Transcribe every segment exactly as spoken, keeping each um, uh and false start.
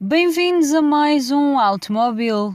Bem-vindos a mais um Automóvel.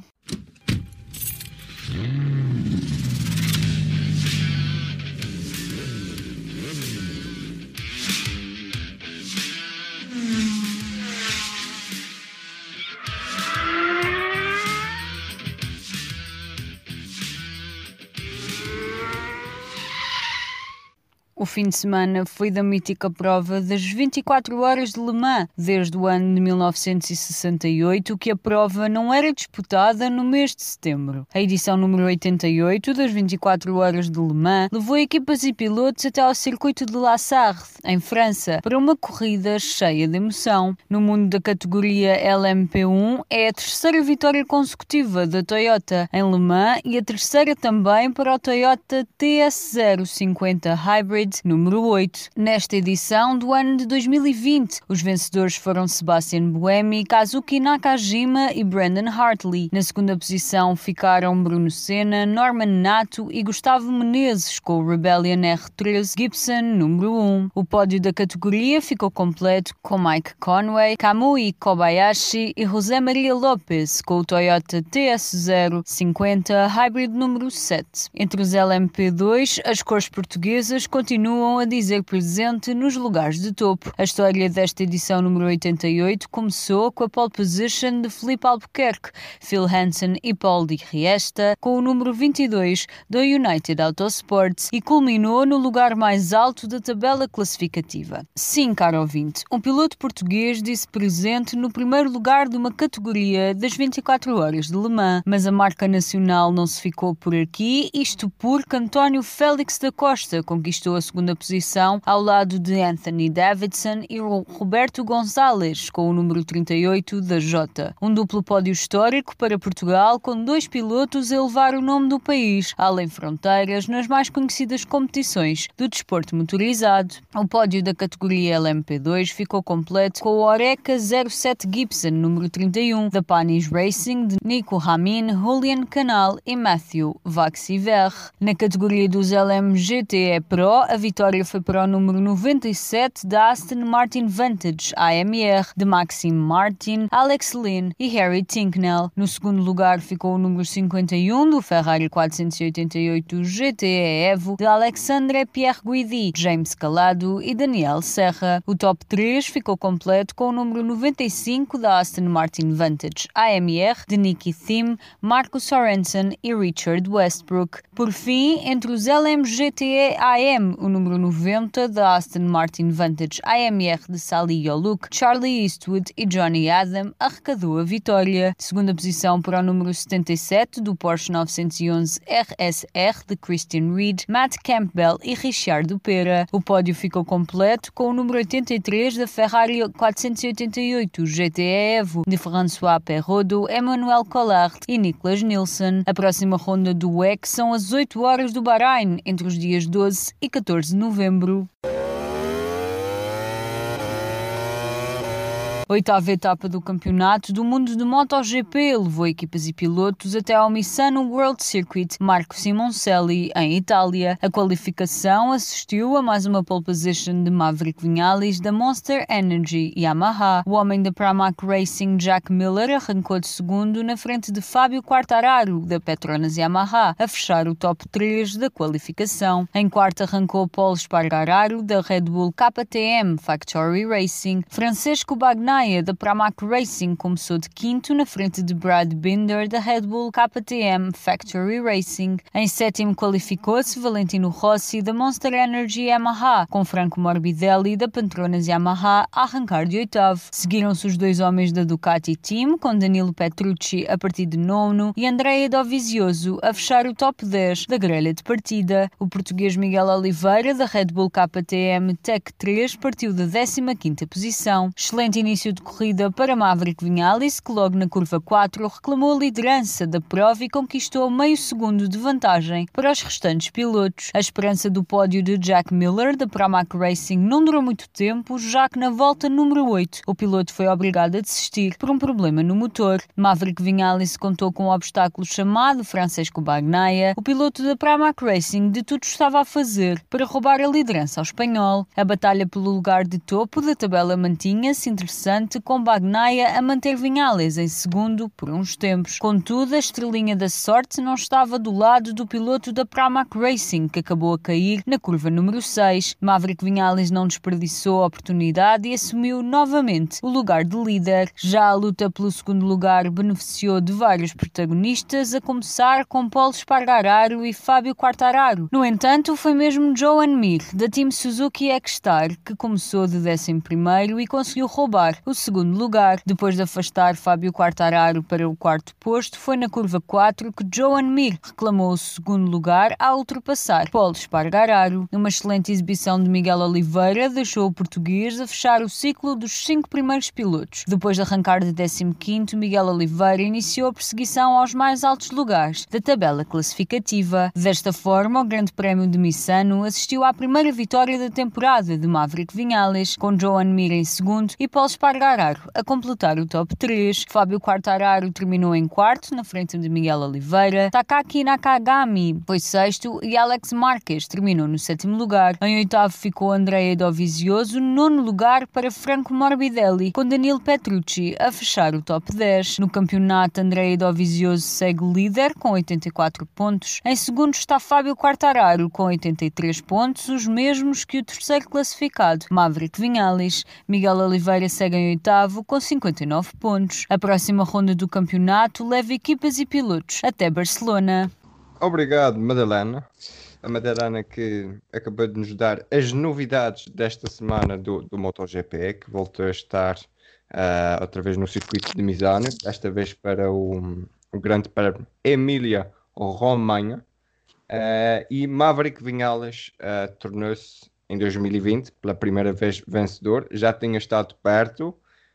O fim de semana foi da mítica prova das vinte e quatro horas de Le Mans, desde o ano de mil novecentos e sessenta e oito que a prova não era disputada no mês de setembro. A edição número oitenta e oito das vinte e quatro horas de Le Mans levou equipas e pilotos até ao circuito de La Sarre, em França, para uma corrida cheia de emoção. No mundo da categoria L M P um, é a terceira vitória consecutiva da Toyota em Le Mans e a terceira também para o Toyota T S zero cinquenta Hybrid número oito. Nesta edição do ano de dois mil e vinte, os vencedores foram Sebastian Buemi, Kazuki Nakajima e Brandon Hartley. Na segunda posição ficaram Bruno Senna, Norman Nato e Gustavo Menezes com o Rebellion R treze Gibson número um. O pódio da categoria ficou completo com Mike Conway, Kamui Kobayashi e José Maria Lopes com o Toyota T S zero cinquenta Hybrid número sete. Entre os L M P dois, as cores portuguesas continuam continuam a dizer presente nos lugares de topo. A história desta edição número oitenta e oito começou com a pole position de Filipe Albuquerque, Phil Hansen e Paul Di Riesta, com o número vinte e dois do United Autosports e culminou no lugar mais alto da tabela classificativa. Sim, caro ouvinte, um piloto português disse presente no primeiro lugar de uma categoria das vinte e quatro horas de Le Mans, mas a marca nacional não se ficou por aqui, isto porque António Félix da Costa conquistou a segunda posição ao lado de Anthony Davidson e Roberto Gonçalves com o número trinta e oito da Jota. Um duplo pódio histórico para Portugal, com dois pilotos a levar o nome do país além fronteiras nas mais conhecidas competições do desporto motorizado. O pódio da categoria L M P dois ficou completo com o Oreca zero sete Gibson número trinta e um da Panis Racing de Nico Ramin, Julian Canal e Matthew Vaxiver. Na categoria dos L M G T E Pro, a vitória foi para o número noventa e sete da Aston Martin Vantage A M R de Maxime Martin, Alex Lynn e Harry Tincknell. No segundo lugar ficou o número cinquenta e um do Ferrari quatrocentos e oitenta e oito G T E Evo de Alexandre Pierre-Guidi, James Calado e Daniel Serra. O top três ficou completo com o número noventa e cinco da Aston Martin Vantage A M R de Nicky Thiem, Marco Sorensen e Richard Westbrook. Por fim, entre os L M G T E A M, o número noventa da Aston Martin Vantage A M R de Sally Yoluk, Charlie Eastwood e Johnny Adam arrecadou a vitória. Segunda posição para o número setenta e sete do Porsche novecentos e onze R S R de Christian Reed, Matt Campbell e Richard Pera. O pódio ficou completo com o número oitenta e três da Ferrari quatrocentos e oitenta e oito G T E Evo de François Perrodo, Emmanuel Collard e Niklas Nielsen. A próxima ronda do W E C são às oito horas do Bahrein, entre os dias doze e catorze de novembro. Oitava etapa do Campeonato do Mundo de MotoGP levou equipas e pilotos até ao Misano World Circuit Marco Simoncelli, em Itália. A qualificação assistiu a mais uma pole position de Maverick Viñales da Monster Energy Yamaha. O homem da Pramac Racing, Jack Miller, arrancou de segundo na frente de Fábio Quartararo, da Petronas Yamaha, a fechar o top três da qualificação. Em quarto arrancou Paul Espargararo, da Red Bull K T M Factory Racing. Francesco Bagnaia, da Pramac Racing, começou de quinto na frente de Brad Binder, da Red Bull K T M Factory Racing. Em sétimo qualificou-se Valentino Rossi, da Monster Energy Yamaha, com Franco Morbidelli, da Petronas Yamaha, a arrancar de oitavo. Seguiram-se os dois homens da Ducati Team, com Danilo Petrucci a partir de nono e Andrea Dovizioso a fechar o top dez da grelha de partida. O português Miguel Oliveira, da Red Bull K T M Tech três, partiu da décima quinta posição. Excelente início de corrida para Maverick Viñales, que logo na curva quatro reclamou a liderança da prova e conquistou meio segundo de vantagem para os restantes pilotos. A esperança do pódio de Jack Miller, da Pramac Racing, não durou muito tempo, já que na volta número oito o piloto foi obrigado a desistir por um problema no motor. Maverick Viñales contou com um obstáculo chamado Francesco Bagnaia. O piloto da Pramac Racing de tudo estava a fazer para roubar a liderança ao espanhol. A batalha pelo lugar de topo da tabela mantinha-se interessante interessante, com Bagnaia a manter Vinhales em segundo por uns tempos. Contudo, a estrelinha da sorte não estava do lado do piloto da Pramac Racing, que acabou a cair na curva número seis. Maverick Vinhales não desperdiçou a oportunidade e assumiu novamente o lugar de líder. Já a luta pelo segundo lugar beneficiou de vários protagonistas, a começar com Pol Espargaró e Fábio Quartararo. No entanto, foi mesmo Joan Mir, da Team Suzuki X-Star, que começou de décimo primeiro e conseguiu roubar o segundo lugar. Depois de afastar Fábio Quartararo para o quarto posto, foi na curva quatro que Joan Mir reclamou o segundo lugar ao ultrapassar Pol Espargaró. Uma excelente exibição de Miguel Oliveira deixou o português a fechar o ciclo dos cinco primeiros pilotos. Depois de arrancar de décimo quinto, Miguel Oliveira iniciou a perseguição aos mais altos lugares da tabela classificativa. Desta forma, o Grande Prémio de Misano assistiu à primeira vitória da temporada de Maverick Vinhales, com Joan Mir em segundo e Pol Espargaró a completar o top três. Fábio Quartararo terminou em quarto, na frente de Miguel Oliveira. Takaki Nakagami foi sexto e Alex Marques terminou no sétimo lugar. Em oitavo ficou Andrea Dovizioso, nono lugar para Franco Morbidelli, com Danilo Petrucci a fechar o top dez. No campeonato, Andrea Dovizioso segue líder com oitenta e quatro pontos. Em segundo está Fábio Quartararo com oitenta e três pontos, os mesmos que o terceiro classificado, Maverick Vinhales. Miguel Oliveira segue em oitavo com cinquenta e nove pontos. A próxima ronda do campeonato leva equipas e pilotos até Barcelona. Obrigado, Madalena. A Madalena que acabou de nos dar as novidades desta semana do, do MotoGP, que voltou a estar uh, outra vez no circuito de Misano, desta vez para o, o Grande Prémio Emília-Romanha. Uh, e Maverick Vinhales uh, tornou-se em dois mil e vinte pela primeira vez vencedor. Já tinha estado perto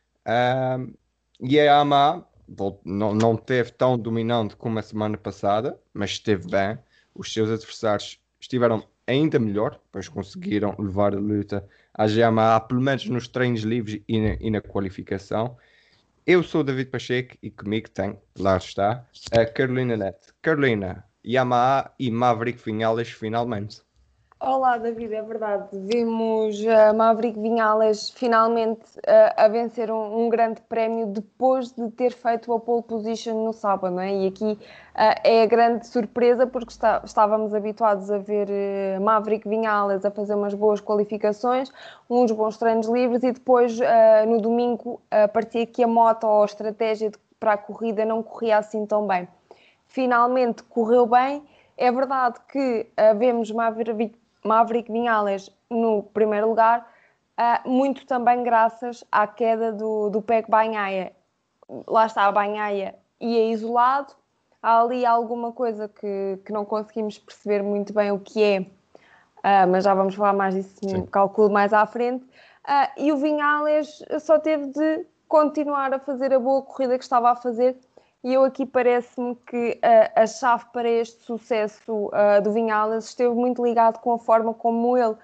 uh, e a Yamaha não, não teve tão dominante como a semana passada, mas esteve bem. Os seus adversários estiveram ainda melhor, pois conseguiram levar a luta à Yamaha, pelo menos nos treinos livres e na, e na qualificação. Eu sou o David Pacheco e comigo tem, lá está, a Carolina Neto. Carolina, Yamaha e Maverick Vinhales finalmente. Olá, David, é verdade. Vimos a uh, Maverick Vinhales finalmente uh, a vencer um, um grande prémio depois de ter feito a pole position no sábado, não é? E aqui uh, é a grande surpresa porque está, estávamos habituados a ver uh, Maverick Vinhales a fazer umas boas qualificações, uns bons treinos livres e depois uh, no domingo uh, parecia que a moto ou a estratégia de, para a corrida não corria assim tão bem. Finalmente correu bem. É verdade que uh, vemos Maverick Maverick Vinhales no primeiro lugar, uh, muito também graças à queda do, do Pec Bagnaia. Lá está a Bagnaia ia isolado, há ali alguma coisa que, que não conseguimos perceber muito bem o que é, uh, mas já vamos falar mais disso, Sim. calculo mais à frente. Uh, e o Vinhales só teve de continuar a fazer a boa corrida que estava a fazer. E eu aqui parece-me que uh, a chave para este sucesso uh, do Vinhales esteve muito ligado com a forma como ele uh,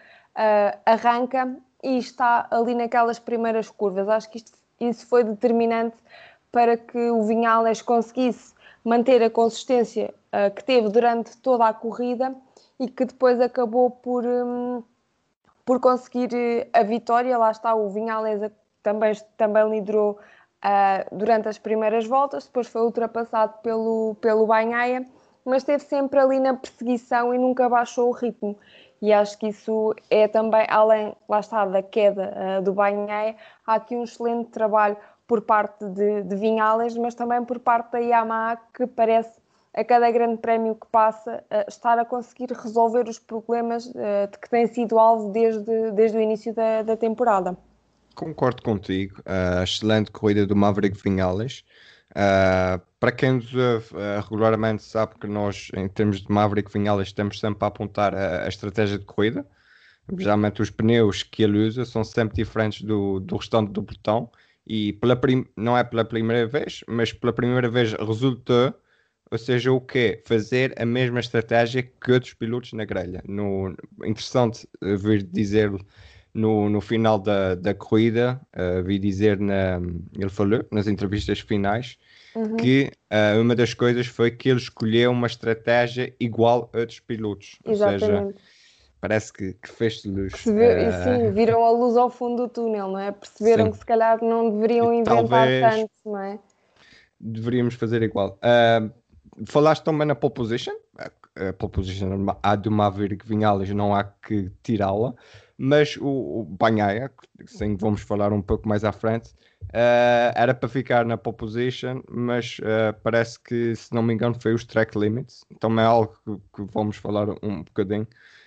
arranca e está ali naquelas primeiras curvas. Acho que isto, isso foi determinante para que o Vinhales conseguisse manter a consistência uh, que teve durante toda a corrida e que depois acabou por, um, por conseguir a vitória. Lá está, o Vinhales também, também liderou Uh, durante as primeiras voltas, depois foi ultrapassado pelo, pelo Bagnaia, mas esteve sempre ali na perseguição e nunca baixou o ritmo. E acho que isso é também, além, lá está, da queda uh, do Bagnaia, há aqui um excelente trabalho por parte de, de Vinhales, mas também por parte da Yamaha, que parece, a cada grande prémio que passa, uh, estar a conseguir resolver os problemas uh, de que tem sido alvo desde, desde o início da, da temporada. Concordo contigo, uh, excelente corrida do Maverick Vinhales. Uh, para quem nos uh, regularmente sabe que nós, em termos de Maverick Vinhales, estamos sempre a apontar a, a estratégia de corrida. Geralmente os pneus que ele usa são sempre diferentes do, do restante do pelotão e pela prim... não é pela primeira vez, mas pela primeira vez resultou, ou seja, o quê? Fazer a mesma estratégia que outros pilotos na grelha. No... Interessante uh, vir dizer No, no final da, da corrida, uh, vi dizer, na, ele falou nas entrevistas finais, uhum. que uh, uma das coisas foi que ele escolheu uma estratégia igual a outros pilotos. Exatamente. Ou seja, parece que, que fez luz. Perceber, e Uh, sim, viram a luz ao fundo do túnel, não é? Perceberam sim, que se calhar não deveriam e inventar talvez tanto, não é? deveríamos fazer igual. Uh, falaste também na pole position. A, a pole position há de uma Maverick Vinales, não há que tirá-la. Mas o, o Bagnaia, sim, vamos falar um pouco mais à frente, uh, era para ficar na pole position, mas uh, parece que, se não me engano, foi os track limits. Então é algo que, que vamos falar um bocadinho.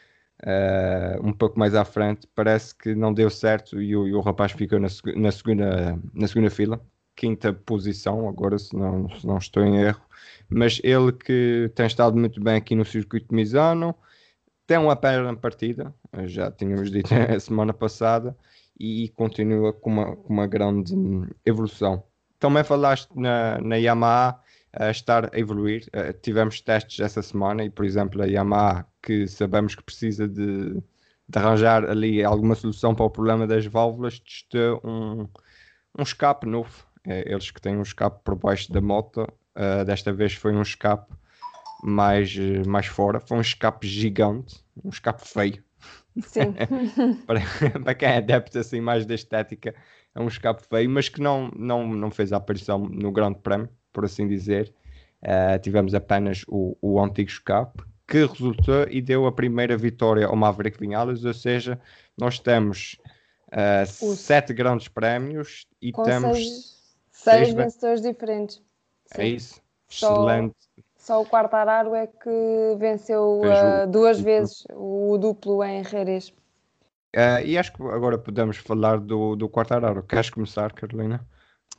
Uh, um pouco mais à frente, parece que não deu certo e o, e o rapaz ficou na, seg- na segunda, na segunda fila, quinta posição, agora se não, se não estou em erro, mas ele que tem estado muito bem aqui no circuito de Misano, tem uma perna partida, já tínhamos dito a semana passada, e continua com uma, com uma grande hum, evolução. Também falaste na, na Yamaha a estar a evoluir. Eh, tivemos testes essa semana e, por exemplo, a Yamaha, que sabemos que precisa de, de arranjar ali alguma solução para o problema das válvulas, testou um, um escape novo. Eh, eles que têm um escape por baixo da moto, eh, desta vez foi um escape mais, eh, mais fora. Foi um escape gigante, um escape feio. Sim. para, para quem é adepto assim mais da estética, é um escape feio, mas que não, não, não fez a aparição no Grande Prémio, por assim dizer. Uh, tivemos apenas o, o antigo escape, que resultou e deu a primeira vitória ao Maverick Vinales, ou seja, nós temos uh, Os, sete grandes prémios e com temos seis, seis. seis vencedores diferentes. É Sim. isso, Só, excelente. só o Quartararo é que venceu Fez o, uh, duas o vezes o duplo em Jerez. Uh, e acho que agora podemos falar do, do Quartararo. Queres começar, Carolina?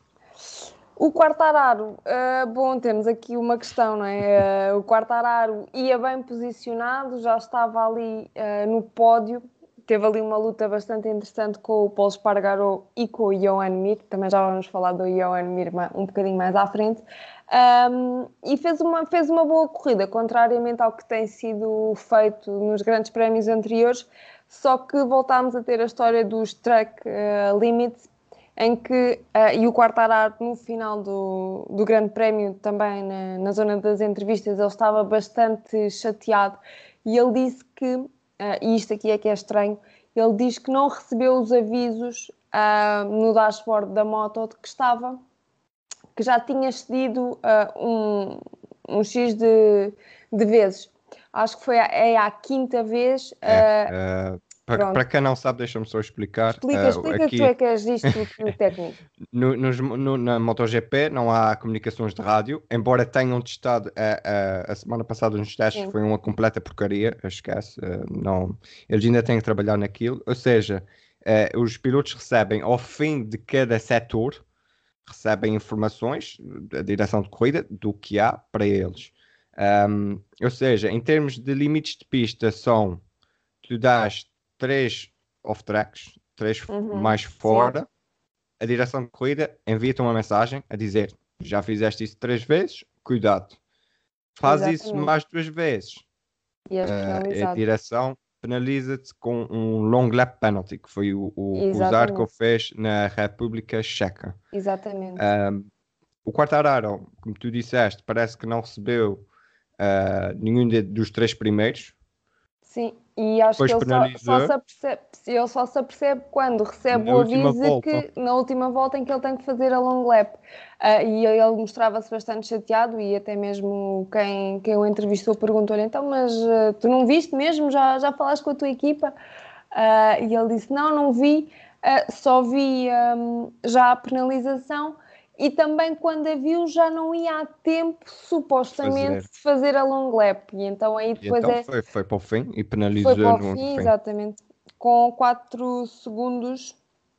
O Quartararo, uh, bom, temos aqui uma questão, não é? Uh, o Quartararo ia bem posicionado, já estava ali uh, no pódio, teve ali uma luta bastante interessante com o Pol Espargaró e com o Johan Mir, também já vamos falar do Johan Mir um bocadinho mais à frente, um, e fez uma, fez uma boa corrida, contrariamente ao que tem sido feito nos grandes prémios anteriores, só que voltámos a ter a história dos track uh, limits, em que, uh, e o Quartararo no final do, do Grande Prémio, também na, na zona das entrevistas, ele estava bastante chateado e ele disse que, uh, e isto aqui é que é estranho, ele diz que não recebeu os avisos uh, no dashboard da moto de que estava, que já tinha cedido uh, um, um X de, de vezes. Acho que foi a, é a quinta vez. É. Uh, Uh, para, para pronto. quem não sabe, deixa-me só explicar. Explica, Uh, explica que tu aqui é que és disto tudo técnico. no, nos- no- na MotoGP não há comunicações de rádio, embora tenham testado a, a, a semana passada nos testes, Sim. foi uma completa porcaria, esquece. Uh, não, eles ainda têm que trabalhar naquilo. Ou seja, uh, os pilotos recebem ao fim de cada setor, recebem informações da direção de corrida do que há para eles. Um, ou seja, em termos de limites de pista, são tu dás três off-tracks, três Uhum. mais Sim, fora, a direção de corrida envia-te uma mensagem a dizer já fizeste isso três vezes, cuidado. Faz isso exatamente. mais duas vezes. E és Uh, a penalizado. direção penaliza-te com um long lap penalty, que foi o, o que o Zarco Exatamente. fez na República Checa. Exatamente. Um, o Quartararo, como tu disseste, parece que não recebeu uh, nenhum de, dos três primeiros. Sim, e acho que Depois ele só, só se penalizou apercebe, ele só se apercebe quando recebe na o última aviso de volta. que na última volta em que ele tem que fazer a long lap. Ah, e ele mostrava-se bastante chateado e até mesmo quem, quem o entrevistou perguntou-lhe então, mas ah, tu não viste mesmo? Já, já falaste com a tua equipa? Ah, e ele disse, não, não vi, ah, só vi hum, já a penalização e também quando a viu já não ia a tempo, supostamente, Fazer. de fazer a long lap. E então aí E depois então é foi, foi para o fim e foi para penalizou o no, no fim, fim. exatamente, com quatro segundos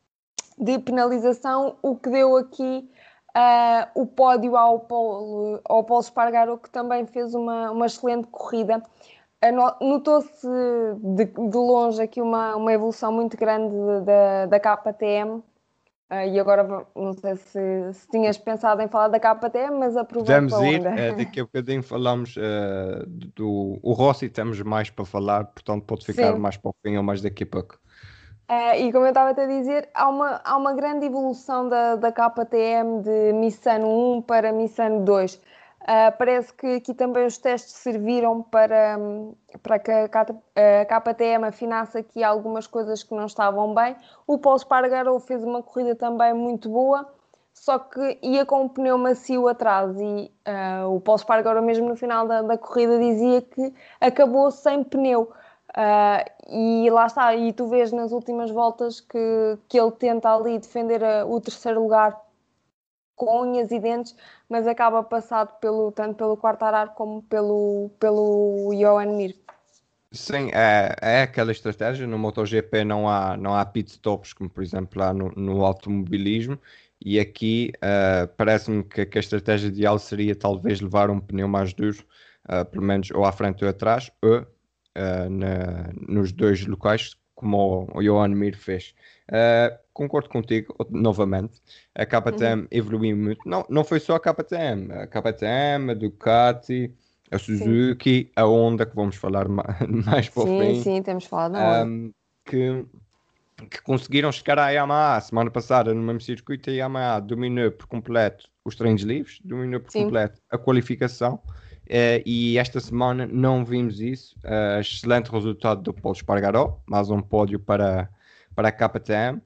de penalização, o que deu aqui uh, o pódio ao Paulo, ao Paulo Espargaró, que também fez uma, uma excelente corrida. Uh, Notou-se de, de longe aqui uma, uma evolução muito grande da, da K T M. Uh, e agora não sei se, se tinhas pensado em falar da K T M, mas aproveito Podemos a ir, onda. eh, daqui a bocadinho falamos eh, do o Rossi, temos mais para falar, portanto pode ficar Sim. mais para o fim ou mais daqui a pouco. Uh, e como eu estava a dizer, há uma, há uma grande evolução da, da K T M de Missano um para Missano dois. Uh, parece que aqui também os testes serviram para, para que a K T M afinasse aqui algumas coisas que não estavam bem. O Paul Espargaró fez uma corrida também muito boa, só que ia com um pneu macio atrás e uh, o Paul Espargaró mesmo no final da, da corrida dizia que acabou sem pneu. Uh, e lá está, e tu vês nas últimas voltas que, que ele tenta ali defender a, o terceiro lugar com unhas e dentes, mas acaba passado pelo, tanto pelo Quartararo como pelo, pelo Johan Mir. Sim, é, é aquela estratégia. No MotoGP não há, não há pit stops, como por exemplo há no, no automobilismo, e aqui uh, parece-me que, que a estratégia ideal seria talvez levar um pneu mais duro, uh, pelo menos ou à frente ou atrás, ou uh, na, nos dois locais, como o, o Johan Mir fez. Uh, concordo contigo novamente. A K T M uhum. evoluiu muito. Não, não foi só a K T M, a K T M, a Ducati, a Suzuki, sim. A Honda, que vamos falar mais para o fim. Sim, sim, temos falado da Honda. Um, que, que conseguiram chegar à Yamaha. Semana passada, no mesmo circuito, a Yamaha dominou por completo os treinos livres, dominou por sim. completo a qualificação. Uh, e esta semana não vimos isso. Uh, excelente resultado do Paul Espargaró, mais um pódio para, para a K T M.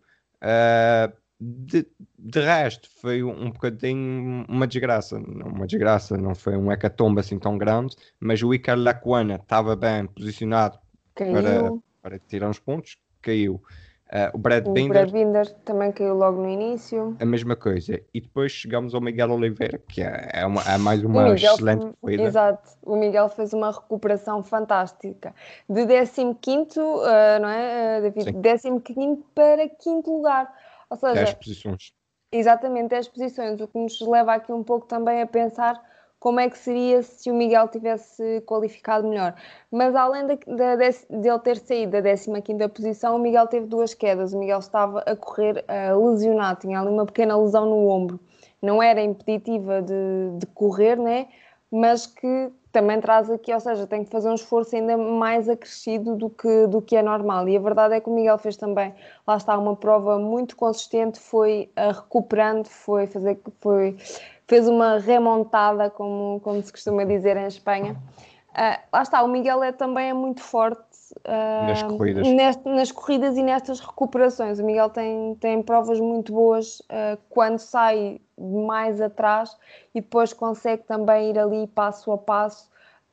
Uh, de, de resto, foi um, um bocadinho uma desgraça. Uma desgraça, não foi um hecatombe assim tão grande, mas o Iker Lecuona estava bem posicionado para, para tirar uns pontos, caiu. Uh, o Brad o Binder, Brad Binder também caiu logo no início. A mesma coisa. E depois chegamos ao Miguel Oliveira, que é, é, uma, é mais uma Miguel, excelente corrida. Exato. O Miguel fez uma recuperação fantástica. De décimo quinto, uh, não é, uh, David? décimo quinto para quinto lugar. Ou seja, dez posições. Exatamente, dez posições. O que nos leva aqui um pouco também a pensar como é que seria se o Miguel tivesse qualificado melhor. Mas além de, de, de ele ter saído da décima quinta posição, o Miguel teve duas quedas. O Miguel estava a correr uh, lesionado, tinha ali uma pequena lesão no ombro. Não era impeditiva de, de correr, né? Mas que também traz aqui, ou seja, tem que fazer um esforço ainda mais acrescido do que, do que é normal. E a verdade é que o Miguel fez também, lá está, uma prova muito consistente, foi uh, recuperando, foi fazer... Foi, fez uma remontada, como, como se costuma dizer em Espanha. Uh, lá está, o Miguel é, também é muito forte uh, nas, corridas. Neste, nas corridas e nestas recuperações. O Miguel tem, tem provas muito boas uh, quando sai mais atrás e depois consegue também ir ali passo a passo,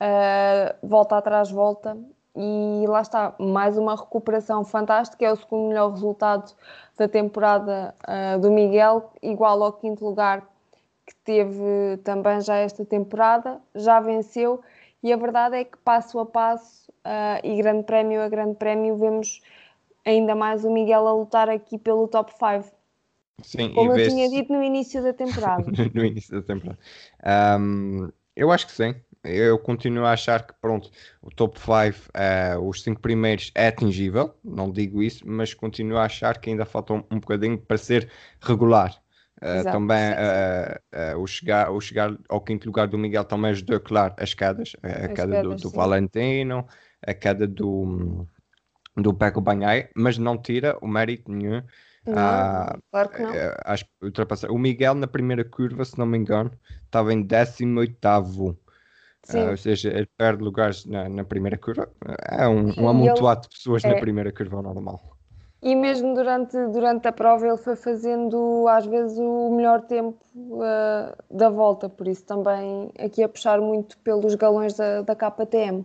uh, volta atrás, volta. E lá está, mais uma recuperação fantástica, é o segundo melhor resultado da temporada uh, do Miguel, igual ao quinto lugar que teve também já esta temporada, já venceu, e a verdade é que passo a passo uh, e grande prémio a grande prémio vemos ainda mais o Miguel a lutar aqui pelo top cinco. Sim, como e eu tinha se... dito no início da temporada. no início da temporada. Um, eu acho que sim. Eu continuo a achar que, pronto, o top cinco, uh, os cinco primeiros é atingível, não digo isso, mas continuo a achar que ainda falta um, um bocadinho para ser regular. Uh, também uh, uh, o, chegar, o chegar ao quinto lugar do Miguel também ajudou, claro, as quedas, a, a queda quedas, do, do Valentino, a queda do, do Pecco Bagnaia, mas não tira o mérito nenhum. Não, ah, claro que não. As, ultrapassar. O Miguel na primeira curva, se não me engano, estava em décimo oitavo. Uh, ou seja, ele perde lugares na, na primeira curva. É um, um amontoado ele... de pessoas é. na primeira curva normal. E mesmo durante, durante a prova ele foi fazendo às vezes o melhor tempo uh, da volta, por isso também aqui a puxar muito pelos galões da, da K T M.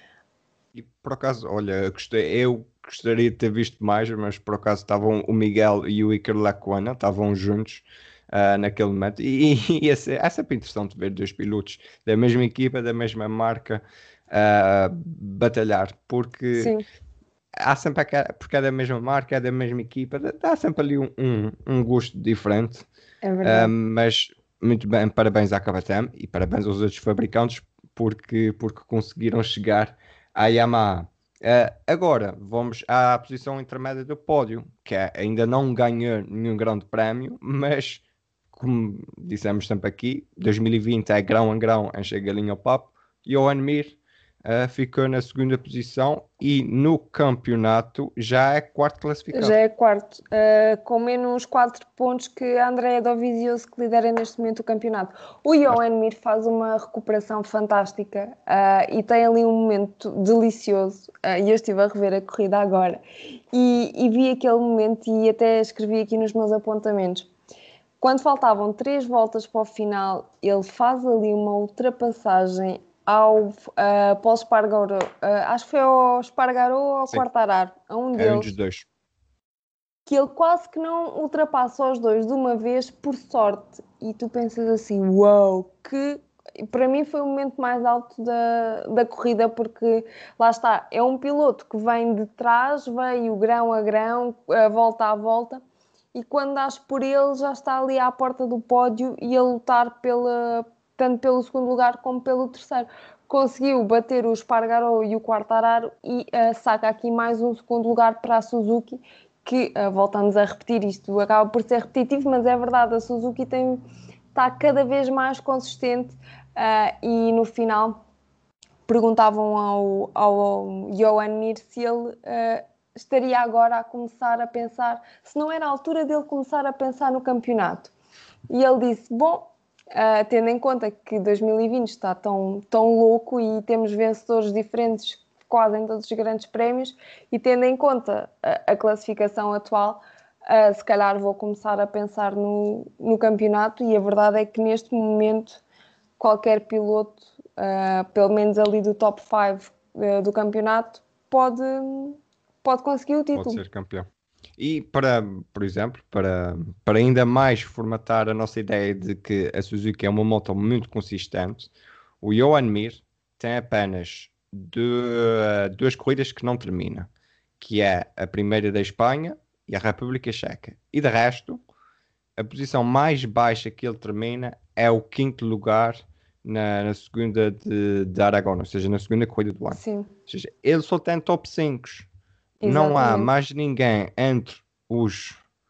E por acaso, olha, gostei, eu gostaria de ter visto mais, mas por acaso estavam o Miguel e o Iker Lecuona, estavam juntos uh, naquele momento, e, e ia ser, é sempre interessante ver dois pilotos da mesma equipa, da mesma marca, uh, batalhar, porque... Sim. Há sempre aquela, porque é da mesma marca, é da mesma equipa, dá sempre ali um, um, um gosto diferente. É verdade. Um, mas muito bem, parabéns à K T M e parabéns aos outros fabricantes porque, porque conseguiram chegar à Yamaha. Uh, agora vamos à posição intermédia do pódio, que é, ainda não ganhou nenhum grande prémio, mas como dissemos sempre aqui, dois mil e vinte é grão a grão, enche a galinha ao papo. Johan Mir uh, ficou na segunda posição e no campeonato já é quarto classificado. Já é quarto, uh, com menos quatro pontos que a Andrea Dovizioso, que lidera neste momento o campeonato. O Johan Mir faz uma recuperação fantástica uh, e tem ali um momento delicioso. Uh, e eu estive a rever a corrida agora e, e vi aquele momento e até escrevi aqui nos meus apontamentos. Quando faltavam três voltas para o final, ele faz ali uma ultrapassagem ao uh, Paulo Espargaró, uh, acho que foi ao Espargaró ou ao Sim. Quartararo, a um É um deles, dos dois. que ele quase que não ultrapassa os dois de uma vez, por sorte. E tu pensas assim, uau, wow, que... Para mim foi o momento mais alto da, da corrida, porque lá está, é um piloto que vem de trás, veio grão a grão, a volta a volta, e quando dás por ele já está ali à porta do pódio e a lutar pela, tanto pelo segundo lugar como pelo terceiro. Conseguiu bater o Espargaró e o Quartararo e uh, saca aqui mais um segundo lugar para a Suzuki, que, uh, voltamos a repetir, isto acaba por ser repetitivo, mas é verdade, a Suzuki tem, está cada vez mais consistente uh, e no final perguntavam ao, ao Johan Mir se ele... Uh, estaria agora a começar a pensar, se não era a altura dele começar a pensar no campeonato. E ele disse, bom, uh, tendo em conta que dois mil e vinte está tão, tão louco e temos vencedores diferentes quase em todos os grandes prémios, e tendo em conta a, a classificação atual, uh, se calhar vou começar a pensar no, no campeonato, e a verdade é que neste momento qualquer piloto, uh, pelo menos ali do top cinco uh, do campeonato, pode... pode conseguir o título. Pode ser campeão. E para, por exemplo, para, para ainda mais formatar a nossa ideia de que a Suzuki é uma moto muito consistente, o Johan Mir tem apenas de, duas corridas que não termina, que é a primeira da Espanha e a República Checa. E de resto, a posição mais baixa que ele termina é o quinto lugar na, na segunda de, de Aragão, ou seja, na segunda corrida do ano. Sim. Ou seja, ele só tem top cinco. Exatamente. Não há mais ninguém entre os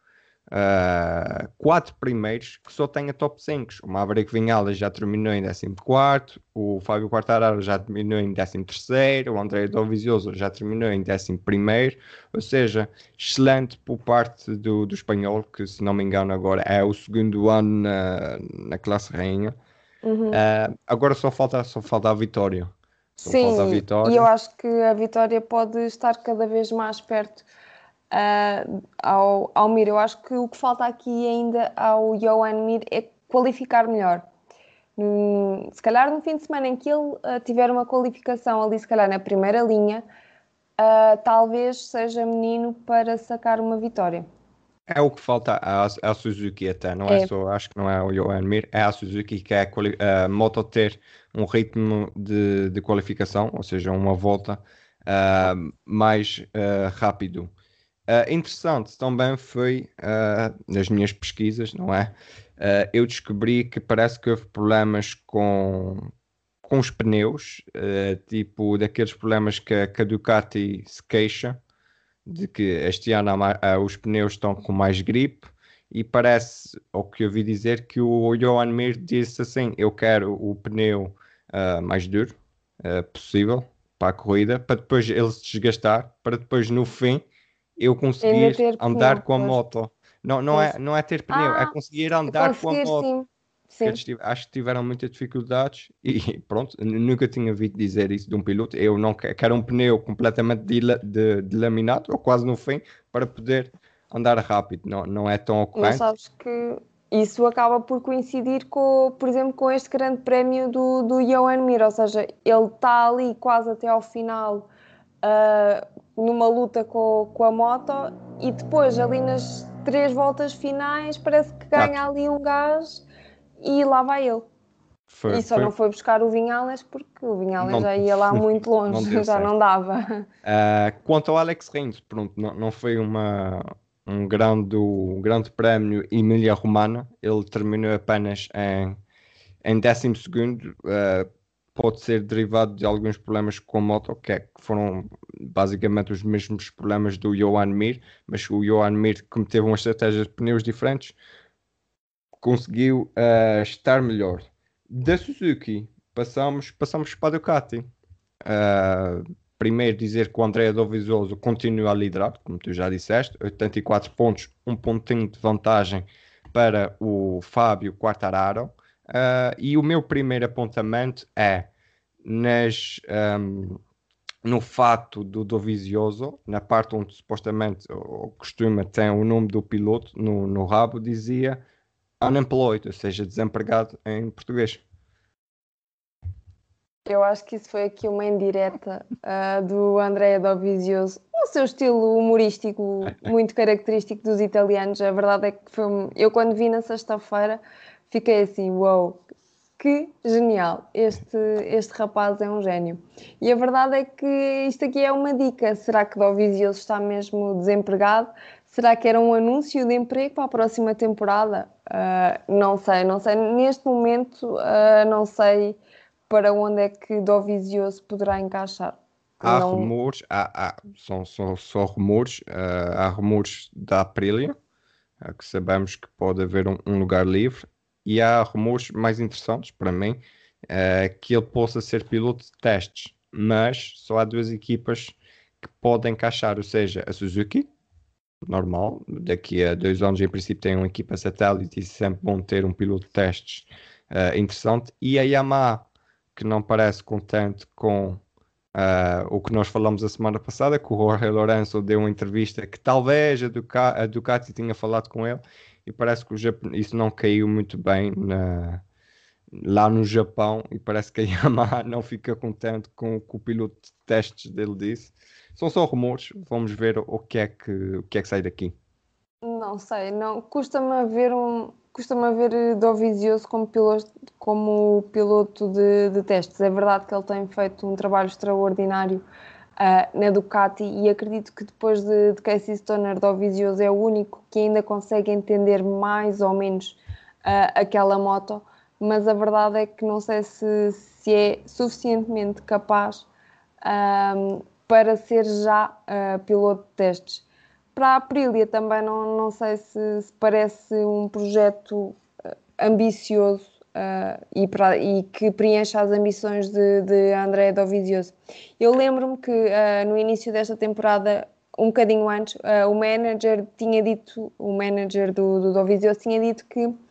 uh, quatro primeiros que só tenha top cinco. O Maverick Vinales já terminou em décimo quarto, o Fábio Quartararo já terminou em décimo terceiro, o André Dovizioso já terminou em décimo primeiro. Ou seja, excelente por parte do, do espanhol, que se não me engano agora é o segundo ano na, na classe rainha. Uhum. Uh, agora só falta, só falta a vitória. Só Sim, falta a vitória. e eu acho que a vitória pode estar cada vez mais perto uh, ao, ao Mir. Eu acho que o que falta aqui ainda ao Johan Mir é qualificar melhor. Hum, se calhar no fim de semana em que ele uh, tiver uma qualificação ali, se calhar na primeira linha, uh, talvez seja menino para sacar uma vitória. É o que falta à, à Suzuki até, não é. é só, acho que não é o Johan Mir, é a Suzuki que é a, a moto ter um ritmo de, de qualificação, ou seja, uma volta uh, mais uh, rápido. Uh, interessante também foi, uh, nas minhas pesquisas, não é? Uh, eu descobri que parece que houve problemas com, com os pneus, uh, tipo daqueles problemas que a, que a Ducati se queixa, de que este ano há, uh, os pneus estão com mais gripe, e parece, ao que eu ouvi dizer, que o Johan Mir disse assim, eu quero o pneu uh, mais duro uh, possível para a corrida, para depois ele se desgastar, para depois no fim eu conseguir andar pneu, com a pois. moto. Não, não, é, não é ter pneu, ah, é conseguir andar conseguir, com a moto. Sim. Sim. Tive, acho que tiveram muitas dificuldades e pronto, nunca tinha ouvido dizer isso de um piloto. Eu não quero, quero um pneu completamente de, de, de laminado, ou quase no fim, para poder andar rápido. Não, não é tão ocorrente. Mas sabes que isso acaba por coincidir com, por exemplo, com este grande prémio do, do Johan Mir, ou seja, ele está ali quase até ao final uh, numa luta com, com a moto, e depois ali nas três voltas finais parece que ganha ah. ali um gás e lá vai ele. Foi, e só foi... não foi buscar o Vinhales porque o Vinhales não, já ia lá muito longe, não já certo. Não dava. Uh, quanto ao Alex Rins, pronto, não, não foi uma, um, grande, um grande prémio Emília-Romana, ele terminou apenas em, em décimo segundo, uh, pode ser derivado de alguns problemas com a moto, que, é, que foram basicamente os mesmos problemas do Johan Mir, mas o Johan Mir, como teve uma estratégia de pneus diferentes, conseguiu uh, estar melhor. Da Suzuki passamos, passamos para a Ducati. Uh, primeiro dizer que o Andrea Dovizioso continua a liderar, como tu já disseste, oitenta e quatro pontos, um pontinho de vantagem para o Fábio Quartararo. Uh, e o meu primeiro apontamento é nas, um, no fato do Dovizioso, na parte onde supostamente ou costuma ter o nome do piloto no, no rabo, dizia unemployed, ou seja, desempregado em português. Eu acho que isso foi aqui uma indireta uh, do Andrea Dovizioso, no seu estilo humorístico muito característico dos italianos. A verdade é que foi um... eu quando vi na sexta-feira fiquei assim, uau, wow, que genial, este, este rapaz é um gênio. E a verdade é que isto aqui é uma dica, será que Dovizioso está mesmo desempregado? Será que era um anúncio de emprego para a próxima temporada? Uh, não sei, não sei, neste momento uh, não sei para onde é que Dovizioso poderá encaixar. Há Não... rumores, há, há- são só, só rumores, ah, há rumores da Aprilia, ah, que sabemos que pode haver um, um lugar livre, e há rumores mais interessantes para mim, ah, que ele possa ser piloto de testes, mas só há duas equipas que podem encaixar, ou seja, a Suzuki, normal, daqui a dois anos em princípio tem uma equipa satélite e sempre vão ter um piloto de testes ah, interessante, e a Yamaha, que não parece contente com Uh, o que nós falamos a semana passada, que o Jorge Lourenço deu uma entrevista que talvez a, Duca a Ducati tinha falado com ele e parece que o Jap isso não caiu muito bem na, lá no Japão e parece que a Yamaha não fica contente com o que o piloto de testes dele disse. São só rumores, vamos ver o que é que, o que, é que sai daqui. Não sei, não. Custa-me ver um, custa-me ver Dovizioso como piloto, como piloto de, de testes. É verdade que ele tem feito um trabalho extraordinário uh, na Ducati e acredito que depois de, de Casey Stoner, Dovizioso é o único que ainda consegue entender mais ou menos uh, aquela moto, mas a verdade é que não sei se, se é suficientemente capaz um, para ser já uh, piloto de testes. Para a Aprilia também não, não sei se, se parece um projeto uh, ambicioso uh, e, para, e que preencha as ambições de, de Andrea Dovizioso. Eu lembro-me que uh, no início desta temporada, um bocadinho antes, uh, o manager tinha dito, o manager do, do Dovizioso tinha dito que uh,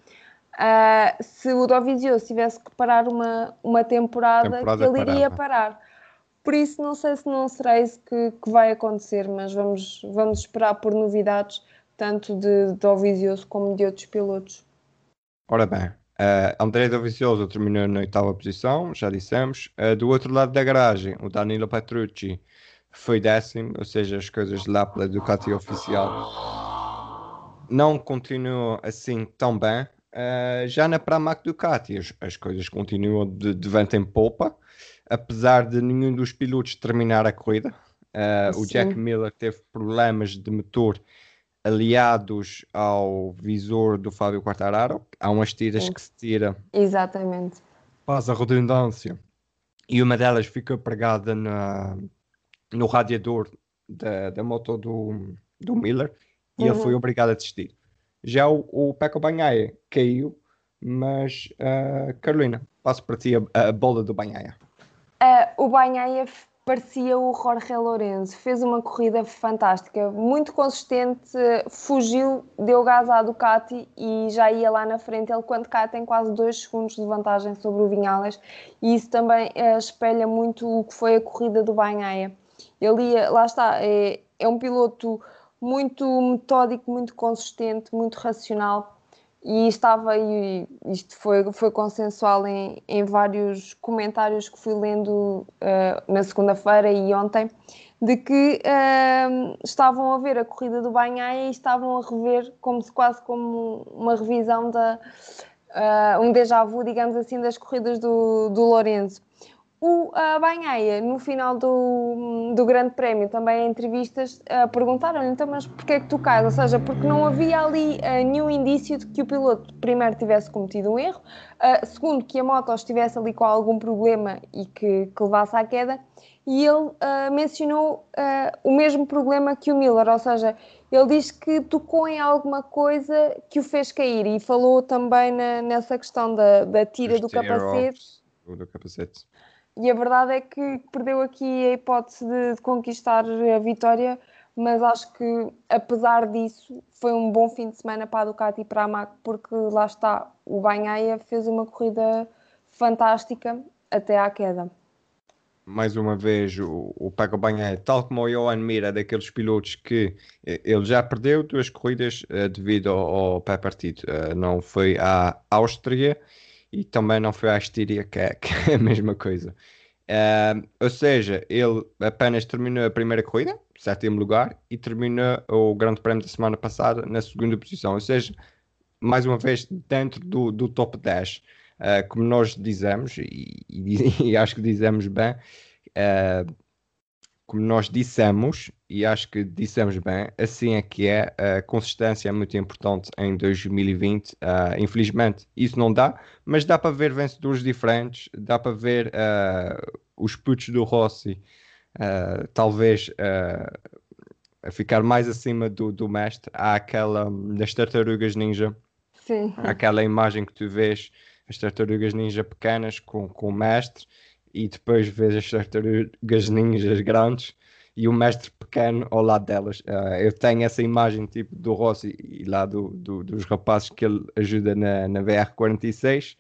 se o Dovizioso tivesse que parar uma, uma temporada, que Temporada ele iria parava. parar. Por isso, não sei se não será isso que, que vai acontecer, mas vamos, vamos esperar por novidades, tanto de, de Dovizioso como de outros pilotos. Ora bem, uh, André Dovizioso terminou na oitava posição, já dissemos. Uh, do outro lado da garagem, o Danilo Petrucci foi décimo, ou seja, as coisas lá pela Ducati oficial não continuam assim tão bem. Uh, já na Pramac Ducati, as, as coisas continuam de, de vento em popa, apesar de nenhum dos pilotos terminar a corrida. Uh, o Jack Sim, Miller teve problemas de motor aliados ao visor do Fábio Quartararo. Há umas tiras sim, que se tira, exatamente. faz a redundância, e uma delas fica pregada na, no radiador da, da moto do, do Miller e ele foi Uhum. obrigado a desistir. Já o, o Pecco Bagnaia caiu, mas uh, Carolina, passo para ti a, a bola do Bagnaia. Uh, o Bagnaia parecia o Jorge Lourenço, fez uma corrida fantástica, muito consistente, fugiu, deu gás à Ducati e já ia lá na frente. Ele, quando cai, tem quase dois segundos de vantagem sobre o Vinhales e isso também uh, espelha muito o que foi a corrida do Bagnaia. Ele ia, lá está, é, é um piloto muito metódico, muito consistente, muito racional. E estava, e isto foi, foi consensual em, em vários comentários que fui lendo uh, na segunda-feira e ontem, de que uh, estavam a ver a corrida do Bagnaia e estavam a rever como se quase como uma revisão da uh, um déjà vu, digamos assim, das corridas do, do Lourenço. O uh, Bagnaia, no final do, do Grande Prémio, também em entrevistas, uh, perguntaram-lhe, então, mas porquê é que tu cais? Ou seja, porque não havia ali uh, nenhum indício de que o piloto, primeiro, tivesse cometido um erro, uh, segundo, que a moto estivesse ali com algum problema e que, que levasse à queda, e ele uh, mencionou uh, o mesmo problema que o Miller, ou seja, ele diz que tocou em alguma coisa que o fez cair, e falou também na, nessa questão da, da tira Os do capacete. tear-offs do capacete. e a verdade é que perdeu aqui a hipótese de, de conquistar a vitória, mas acho que, apesar disso, foi um bom fim de semana para a Ducati e para a M A C, porque lá está, o Bagnaia fez uma corrida fantástica até à queda. Mais uma vez, o, o Paco Banha, tal como o Johan Mir, é daqueles pilotos que eh, ele já perdeu duas corridas eh, devido ao, ao pé partido. Eh, não foi à Áustria e também não foi à Estíria, que é, que é a mesma coisa. Eh, ou seja, ele apenas terminou a primeira corrida, sétimo lugar, e terminou o Grande Prémio da semana passada na segunda posição. Ou seja, mais uma vez, dentro do, do top dez. Uh, como nós dizemos, e, e, e acho que dizemos bem, uh, como nós dissemos, e acho que dissemos bem, assim é que é, a consistência é muito importante em dois mil e vinte. Uh, infelizmente, isso não dá, mas dá para ver vencedores diferentes, dá para ver uh, os putos do Rossi, uh, talvez. Uh, a ficar mais acima do, do mestre. Há aquela das tartarugas ninja, Sim. aquela imagem que tu vês as tartarugas ninja pequenas com, com o mestre e depois vês as tartarugas ninjas grandes e o mestre pequeno ao lado delas. Uh, eu tenho essa imagem tipo do Rossi e lá do, do, dos rapazes que ele ajuda na, na B R quarenta e seis.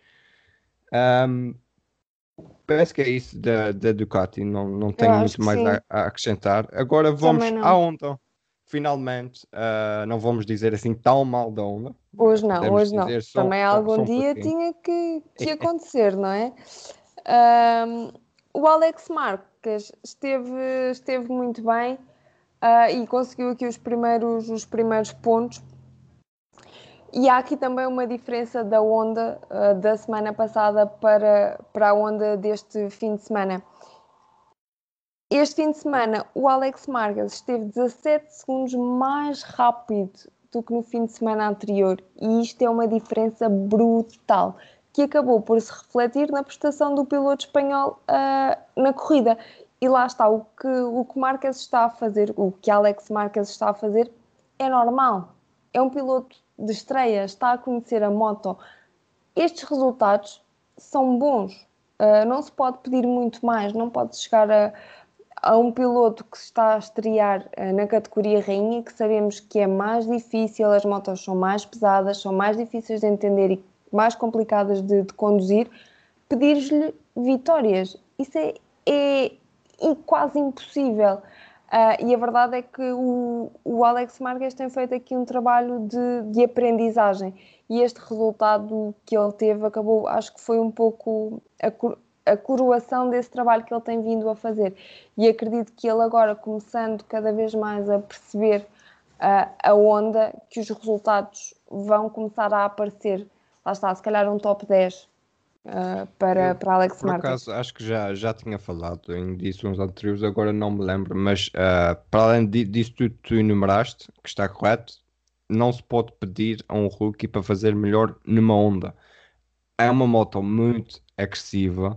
Um, parece que é isso da, da Ducati, não, não Eu tenho acho muito que mais sim. a, a acrescentar. Agora Também vamos à não. Honda. Finalmente, uh, não vamos dizer assim tão mal da Honda. Hoje Uh, não, podemos hoje não. dizer só, Também só, algum só um dia pouquinho. tinha que, que acontecer, não é? Um, o Alex Marques esteve, esteve muito bem uh, e conseguiu aqui os primeiros, os primeiros pontos. E há aqui também uma diferença da Honda uh, da semana passada para, para a Honda deste fim de semana. Este fim de semana, o Alex Marques esteve dezassete segundos mais rápido do que no fim de semana anterior, e isto é uma diferença brutal, que acabou por se refletir na prestação do piloto espanhol uh, na corrida. E lá está, o que o que Marques está a fazer, o que Alex Marques está a fazer, é normal. É um piloto de estreia, está a conhecer a moto. Estes resultados são bons. Uh, não se pode pedir muito mais, não pode chegar a a um piloto que se está a estrear uh, na categoria rainha, que sabemos que é mais difícil, as motos são mais pesadas, são mais difíceis de entender e mais complicadas de, de conduzir, pedir-lhe vitórias. Isso é, é, é quase impossível. Uh, e a verdade é que o, o Alex Marques tem feito aqui um trabalho de, de aprendizagem, e este resultado que ele teve acabou, acho que foi um pouco a, a coroação desse trabalho que ele tem vindo a fazer. E acredito que ele agora, começando cada vez mais a perceber uh, a onda, que os resultados vão começar a aparecer. Lá está, se calhar um top dez uh, para, Eu, para Alex por Marques. acaso, acho que já, já tinha falado em disso uns anteriores, agora não me lembro, mas uh, para além di- disso tudo que tu enumeraste, que está correto, não se pode pedir a um rookie para fazer melhor numa Honda. É uma moto muito agressiva.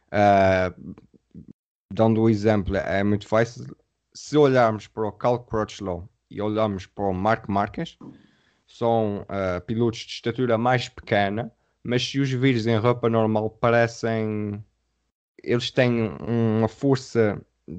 Uh, dando o exemplo, é muito fácil. Se olharmos para o Cal Crutchlow e olharmos para o Marc Marques, são uh, pilotos de estatura mais pequena, mas se os vires em roupa normal, parecem. Eles têm uma força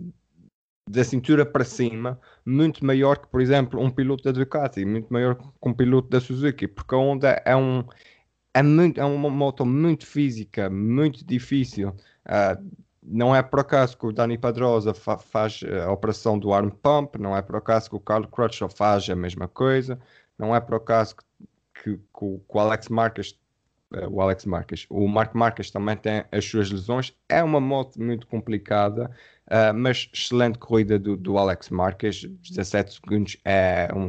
da cintura para cima muito maior que, por exemplo, um piloto da Ducati, muito maior que um piloto da Suzuki, porque a Honda é um. É, muito, é uma moto muito física, muito difícil. Ah, não é por acaso que o Dani Pedrosa fa- faz eh, a operação do arm pump, não é por acaso que o Carl Crutchlow faz a mesma coisa, não é por acaso que, que- que o, que o Alex Marques, eh, o Alex Marques, o Marc Marques também tem as suas lesões. É uma moto muito complicada, ah, mas excelente corrida do, do Alex Marques. dezassete segundos é um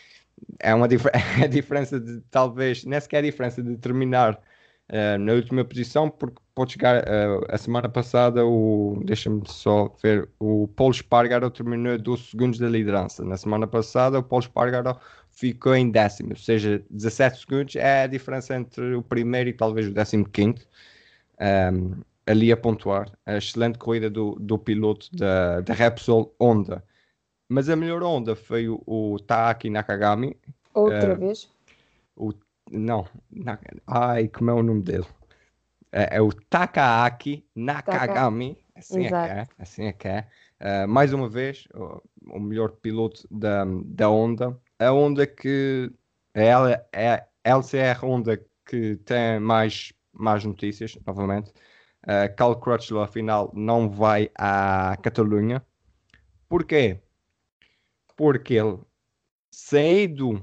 é uma dif é a diferença de talvez, nem sequer a diferença de terminar eh, na última posição, porque pode chegar eh, a semana passada, o deixa-me só ver, o Paulo Espargaro terminou a doze segundos da liderança. Na semana passada, o Paulo Espargaro ficou em décimo, ou seja, dezassete segundos é a diferença entre o primeiro e talvez o décimo quinto. Um, ali a pontuar. A excelente corrida do, do piloto da, da Repsol Honda. Mas a melhor onda foi o, o Taaki Nakagami. Outra eh, vez. o, não, na- ai, como é o nome dele? É, é o Takaaki Está cá. Nakagami. Assim é que Exato. é, assim é que é. Uh, mais uma vez, o, o melhor piloto da, da Honda. A Honda que é, ela- é a L C R Honda que tem mais, mais notícias, novamente. Uh, Cal Crutchlow, afinal, não vai à Catalunha. Porquê? Porque ele, saído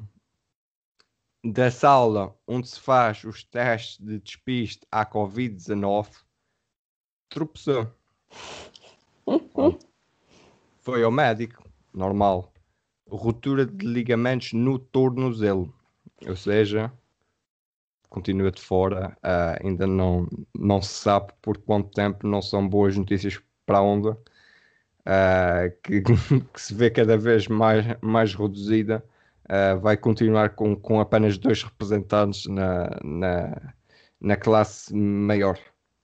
da sala onde se faz os testes de despiste à covid dezanove, tropeçou. Pronto. Foi ao médico, normal. Ruptura de ligamentos no tornozelo. Ou seja, continua de fora. Ah, ainda não, não se sabe por quanto tempo. Não são boas notícias para a Honda. ah, que, que se vê cada vez mais, mais reduzida. Ah, vai continuar com, com apenas dois representantes na, na, na classe maior.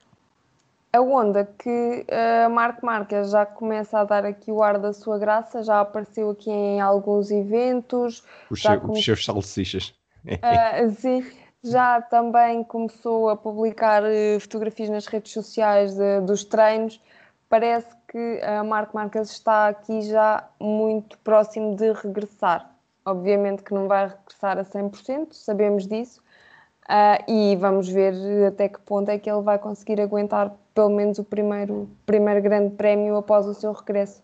A onda que a Marc Marquez já começa a dar aqui o ar da sua graça, já apareceu aqui em alguns eventos, Os, já seu- os começou. seus salsichas. Ah, sim, já também começou a publicar eh, fotografias nas redes sociais de- dos treinos. Parece que a Marc Marquez está aqui já muito próximo de regressar. Obviamente que não vai regressar a cem por cento, sabemos disso. Ah, e vamos ver até que ponto é que ele vai conseguir aguentar pelo menos o primeiro, primeiro grande prémio após o seu regresso.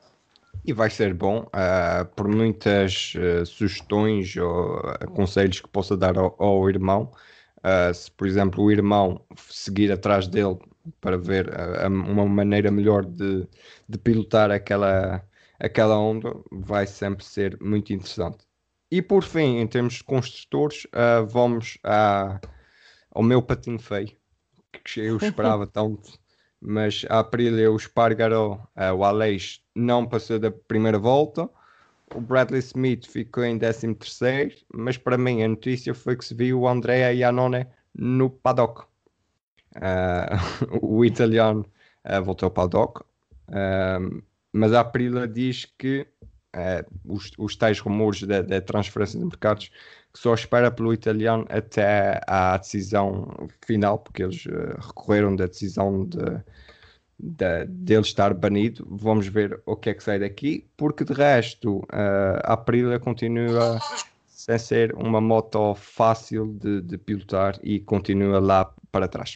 E vai ser bom, ah, por muitas ah, sugestões ou ah, conselhos que possa dar ao, ao irmão. Ah, se, por exemplo, o irmão seguir atrás dele para ver ah, a- uma maneira melhor de, de pilotar aquela, aquela onda, vai sempre ser muito interessante. E por fim, em termos de construtores, ah, vamos à, ao meu patinho feio, que eu esperava tanto, mas a Aprilia, o Espargaró, eh, o Aleix não passou da primeira volta, o Bradley Smith ficou em décimo terceiro, mas para mim a notícia foi que se viu o Andrea Iannone no paddock. Eh, o italiano eh, voltou ao paddock, eh, mas a Aprilia diz que eh, os, os tais rumores da, da transferência de mercados que só espera pelo italiano até à decisão final, porque eles eh, recorreram da decisão de, de, dele estar banido. Vamos ver o que é que sai daqui, porque de resto eh, a Aprilia continua sem ser uma moto fácil de, de pilotar e continua lá para trás.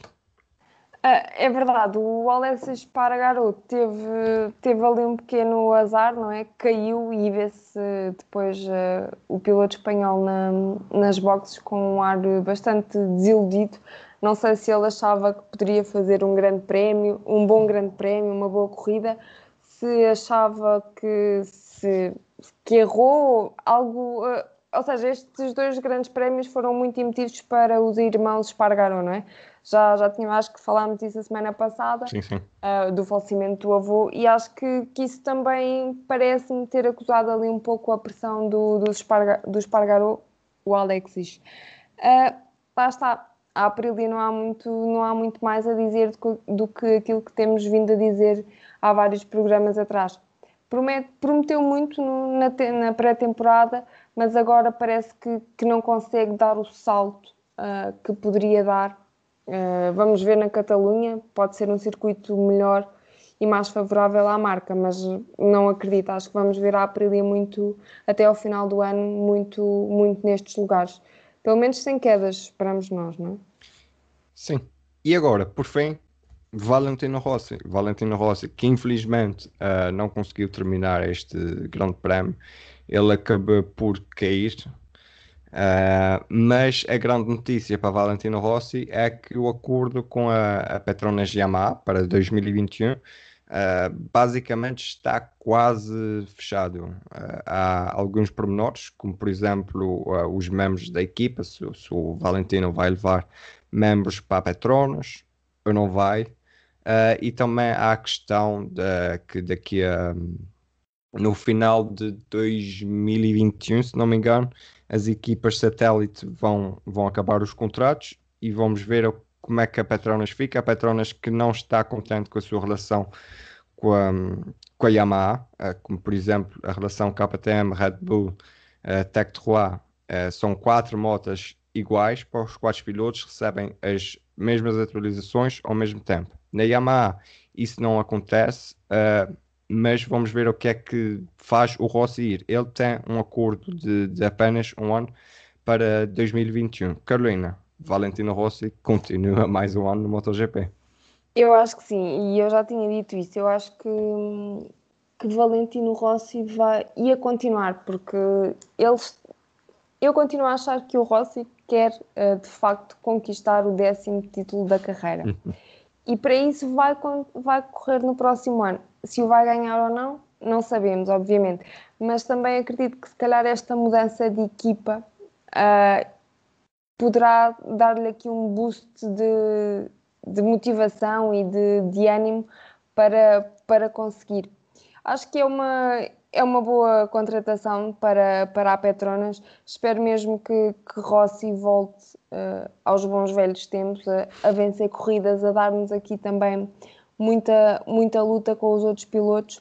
Ah, é verdade, o Alex Espargaró teve, teve ali um pequeno azar, não é? Caiu e vê-se depois ah, o piloto espanhol na- nas boxes com um ar bastante desiludido. Não sei se ele achava que poderia fazer um grande prémio, um bom grande prémio, uma boa corrida, se achava que, se, que errou algo. ah, ou seja, estes dois grandes prémios foram muito emotivos para os irmãos Espargaró, não é? Já, já tinha, acho que falámos disso a semana passada, Sim, sim. uh, do falecimento do avô, e acho que, que isso também parece-me ter acusado ali um pouco a pressão do, do, Esparga, do Espargaró, o Alexis. Uh, lá está, a Aprilia não há muito, não há muito mais a dizer do que, do que aquilo que temos vindo a dizer há vários programas atrás. Promete, prometeu muito no, na, na pré-temporada, mas agora parece que, que não consegue dar o salto uh, que poderia dar. Uh, vamos ver na Catalunha, pode ser um circuito melhor e mais favorável à marca, mas não acredito. Acho que vamos ver a Aprilia muito, até ao final do ano, muito, muito nestes lugares. Pelo menos sem quedas, esperamos nós, não é? Sim. E agora, por fim, Valentino Rossi. Valentino Rossi, que infelizmente ah, não conseguiu terminar este Grande Prémio. Ele acabou por cair. Ah, mas a grande notícia para Valentino Rossi é que o acordo com a, a Petronas Yamaha para dois mil e vinte e um ah, basicamente está quase fechado. Ah, há alguns pormenores, como por exemplo ah, os membros da equipa, se, se o Valentino vai levar membros para a Petronas ou não vai. Ah, e também há a questão de, que daqui a no final de dois mil e vinte e um, se não me engano, as equipas satélite vão, vão acabar os contratos e vamos ver o- como é que a Petronas fica. A Petronas que não está contente com a sua relação com a, com a Yamaha, eh, como por exemplo a relação K T M, Red Bull, eh, Tech três, eh, são quatro motas iguais para os quatro pilotos, recebem as mesmas atualizações ao mesmo tempo. Na Yamaha isso não acontece, uh, mas vamos ver o que é que faz o Rossi ir. Ele tem um acordo de, de apenas um ano para dois mil e vinte e um. Carolina, Valentino Rossi continua mais um ano no MotoGP. Eu acho que sim, e eu já tinha dito isso. Eu acho que, que Valentino Rossi vai, ia continuar, porque eles, eu continuo a achar que o Rossi quer, uh, de facto, conquistar o décimo título da carreira. E para isso vai, vai correr no próximo ano. Se o vai ganhar ou não, não sabemos, obviamente. Mas também acredito que se calhar esta mudança de equipa uh, poderá dar-lhe aqui um boost de, de motivação e de, de ânimo para, para conseguir. Acho que é uma, é uma boa contratação para, para a Petronas. Espero mesmo que, que Rossi volte uh, aos bons velhos tempos, a, a vencer corridas, a dar-nos aqui também muita, muita luta com os outros pilotos.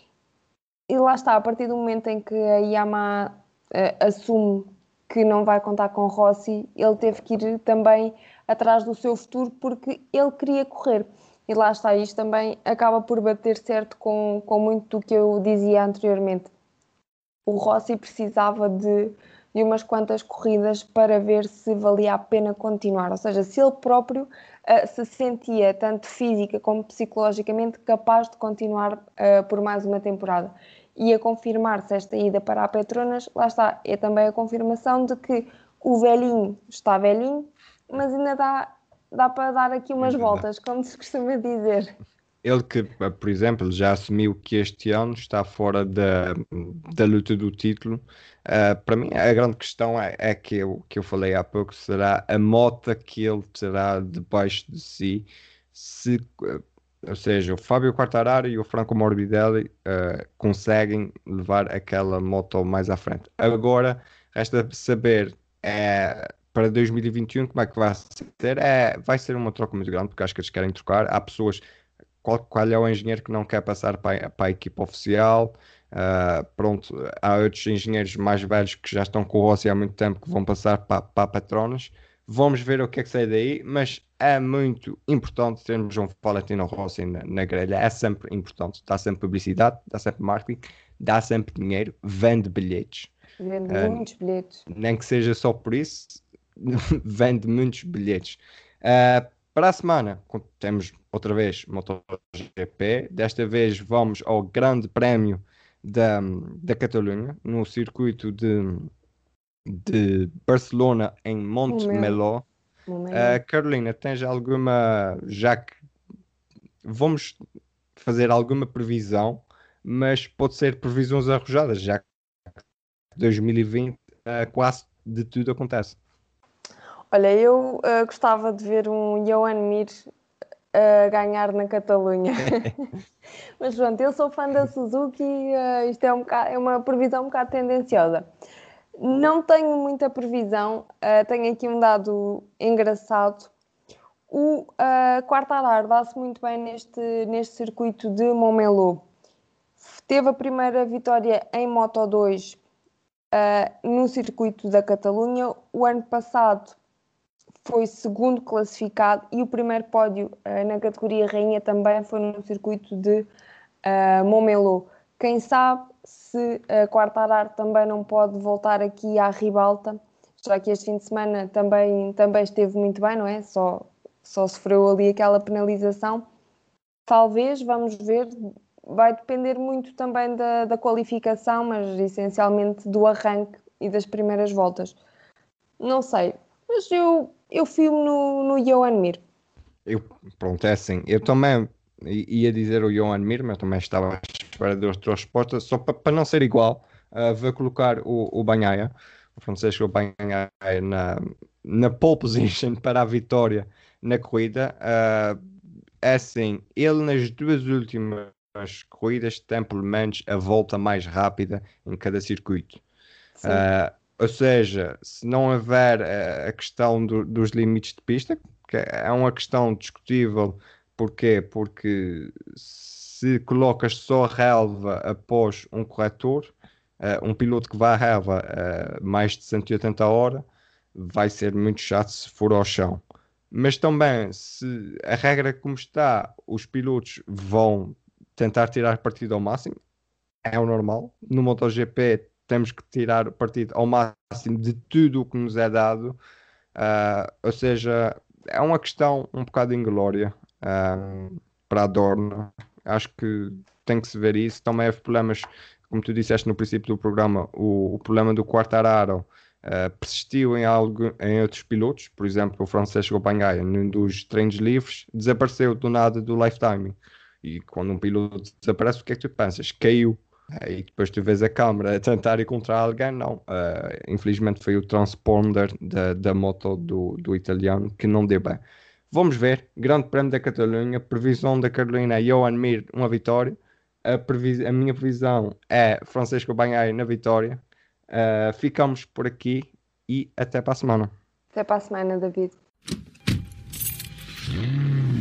E lá está, a partir do momento em que a Yamaha uh, assume que não vai contar com Rossi, ele teve que ir também atrás do seu futuro porque ele queria correr. E lá está, isto também acaba por bater certo com, com muito do que eu dizia anteriormente. O Rossi precisava de, de umas quantas corridas para ver se valia a pena continuar. Ou seja, se ele próprio uh, se sentia, tanto física como psicologicamente, capaz de continuar uh, por mais uma temporada. E a confirmar-se esta ida para a Petronas, lá está, é também a confirmação de que o velhinho está velhinho, mas ainda dá, dá para dar aqui umas Ainda dá. voltas, como se costuma dizer. Ele que, por exemplo, já assumiu que este ano está fora da, da luta do título. Uh, para mim, a grande questão é, é que, eu, que eu falei há pouco, será a moto que ele terá debaixo de si. Se, uh, ou seja, o Fábio Quartararo e o Franco Morbidelli uh, conseguem levar aquela moto mais à frente. Agora, resta saber é, para dois mil e vinte e um como é que vai ser. É, vai ser uma troca muito grande, porque acho que eles querem trocar. Há pessoas qual, qual é o engenheiro que não quer passar para, a- para a equipa oficial. Ah, pronto, há outros engenheiros mais velhos que já estão com o Rossi há muito tempo que vão passar para, para a Petronas. Vamos ver o que é que sai daí, mas é muito importante termos um Valentino Rossi na, na grelha. É sempre importante. Dá sempre publicidade, dá sempre marketing, dá sempre dinheiro, vende bilhetes. Vendo Ah, muitos bilhetes. nem que seja só por isso, vende muitos bilhetes. Ah, para a semana con- temos outra vez MotoGP. Desta vez vamos ao Grande Prémio da, da Catalunha, no circuito de, de Barcelona em Momelo. Montmeló. Ah, Momelo. Carolina, tens alguma, já que vamos fazer alguma previsão, mas pode ser previsões arrojadas, já que dois mil e vinte ah, quase de tudo acontece. Olha, eu uh, gostava de ver um Johan Mir a ganhar na Catalunha. Mas pronto, eu sou fã da Suzuki, uh, isto é, um bocado- é uma previsão um bocado tendenciosa. Não tenho muita previsão, uh, tenho aqui um dado engraçado. O uh, Quartararo dá-se muito bem neste, neste circuito de Montmeló. Teve a primeira vitória em Moto dois uh, no circuito da Catalunha. O ano passado foi segundo classificado e o primeiro pódio uh, na categoria rainha também foi no circuito de uh, Montmeló. Quem sabe se uh, Quartararo também não pode voltar aqui à ribalta, já que este fim de semana também, também esteve muito bem, não é? Só, só sofreu ali aquela penalização. Talvez, vamos ver, vai depender muito também da, da qualificação, mas essencialmente do arranque e das primeiras voltas. Não sei, mas eu, eu fio no, no Johan Mir. Eu, pronto, é assim. Eu também i- ia dizer o Johan Mir, mas também estava à espera de outra resposta, só para não ser igual. Uh, vou colocar o, o Bagnaia, o Francisco Bagnaia, na, na pole position para a vitória na corrida. Uh, é assim, ele nas duas últimas corridas tem pelo menos a volta mais rápida em cada circuito. Sim, Uh, ou seja, se não houver uh, a questão do- dos limites de pista, que é uma questão discutível, porquê? Porque se colocas só relva após um corretor, uh, um piloto que vai à relva uh, mais de cento e oitenta hora, vai ser muito chato se for ao chão. Mas também, se a regra como está, os pilotos vão tentar tirar partido ao máximo, é o normal. No MotoGP temos que tirar partido ao máximo de tudo o que nos é dado. Ah, ou seja, é uma questão um bocado inglória ah, para a Dorna. Acho que tem que se ver isso. Também houve problemas, como tu disseste no princípio do programa, o, o problema do Quartararo ah, persistiu em, algo, em outros pilotos. Por exemplo, o Francesco Bagnaia, num dos treinos livres, desapareceu do nada do lifetime. E quando um piloto desaparece, o que é que tu pensas? Caiu. E depois tu vês a câmara a tentar encontrar alguém, não. Ah, infelizmente foi o transponder da, da moto do, do italiano que não deu bem. Vamos ver. Grande Prémio da Catalunha. Previsão da Carolina Johan Mir, uma vitória. A, previs- a minha previsão é Francisco Bagnaia na vitória. Ah, ficamos por aqui e até para a semana. Até para a semana, David.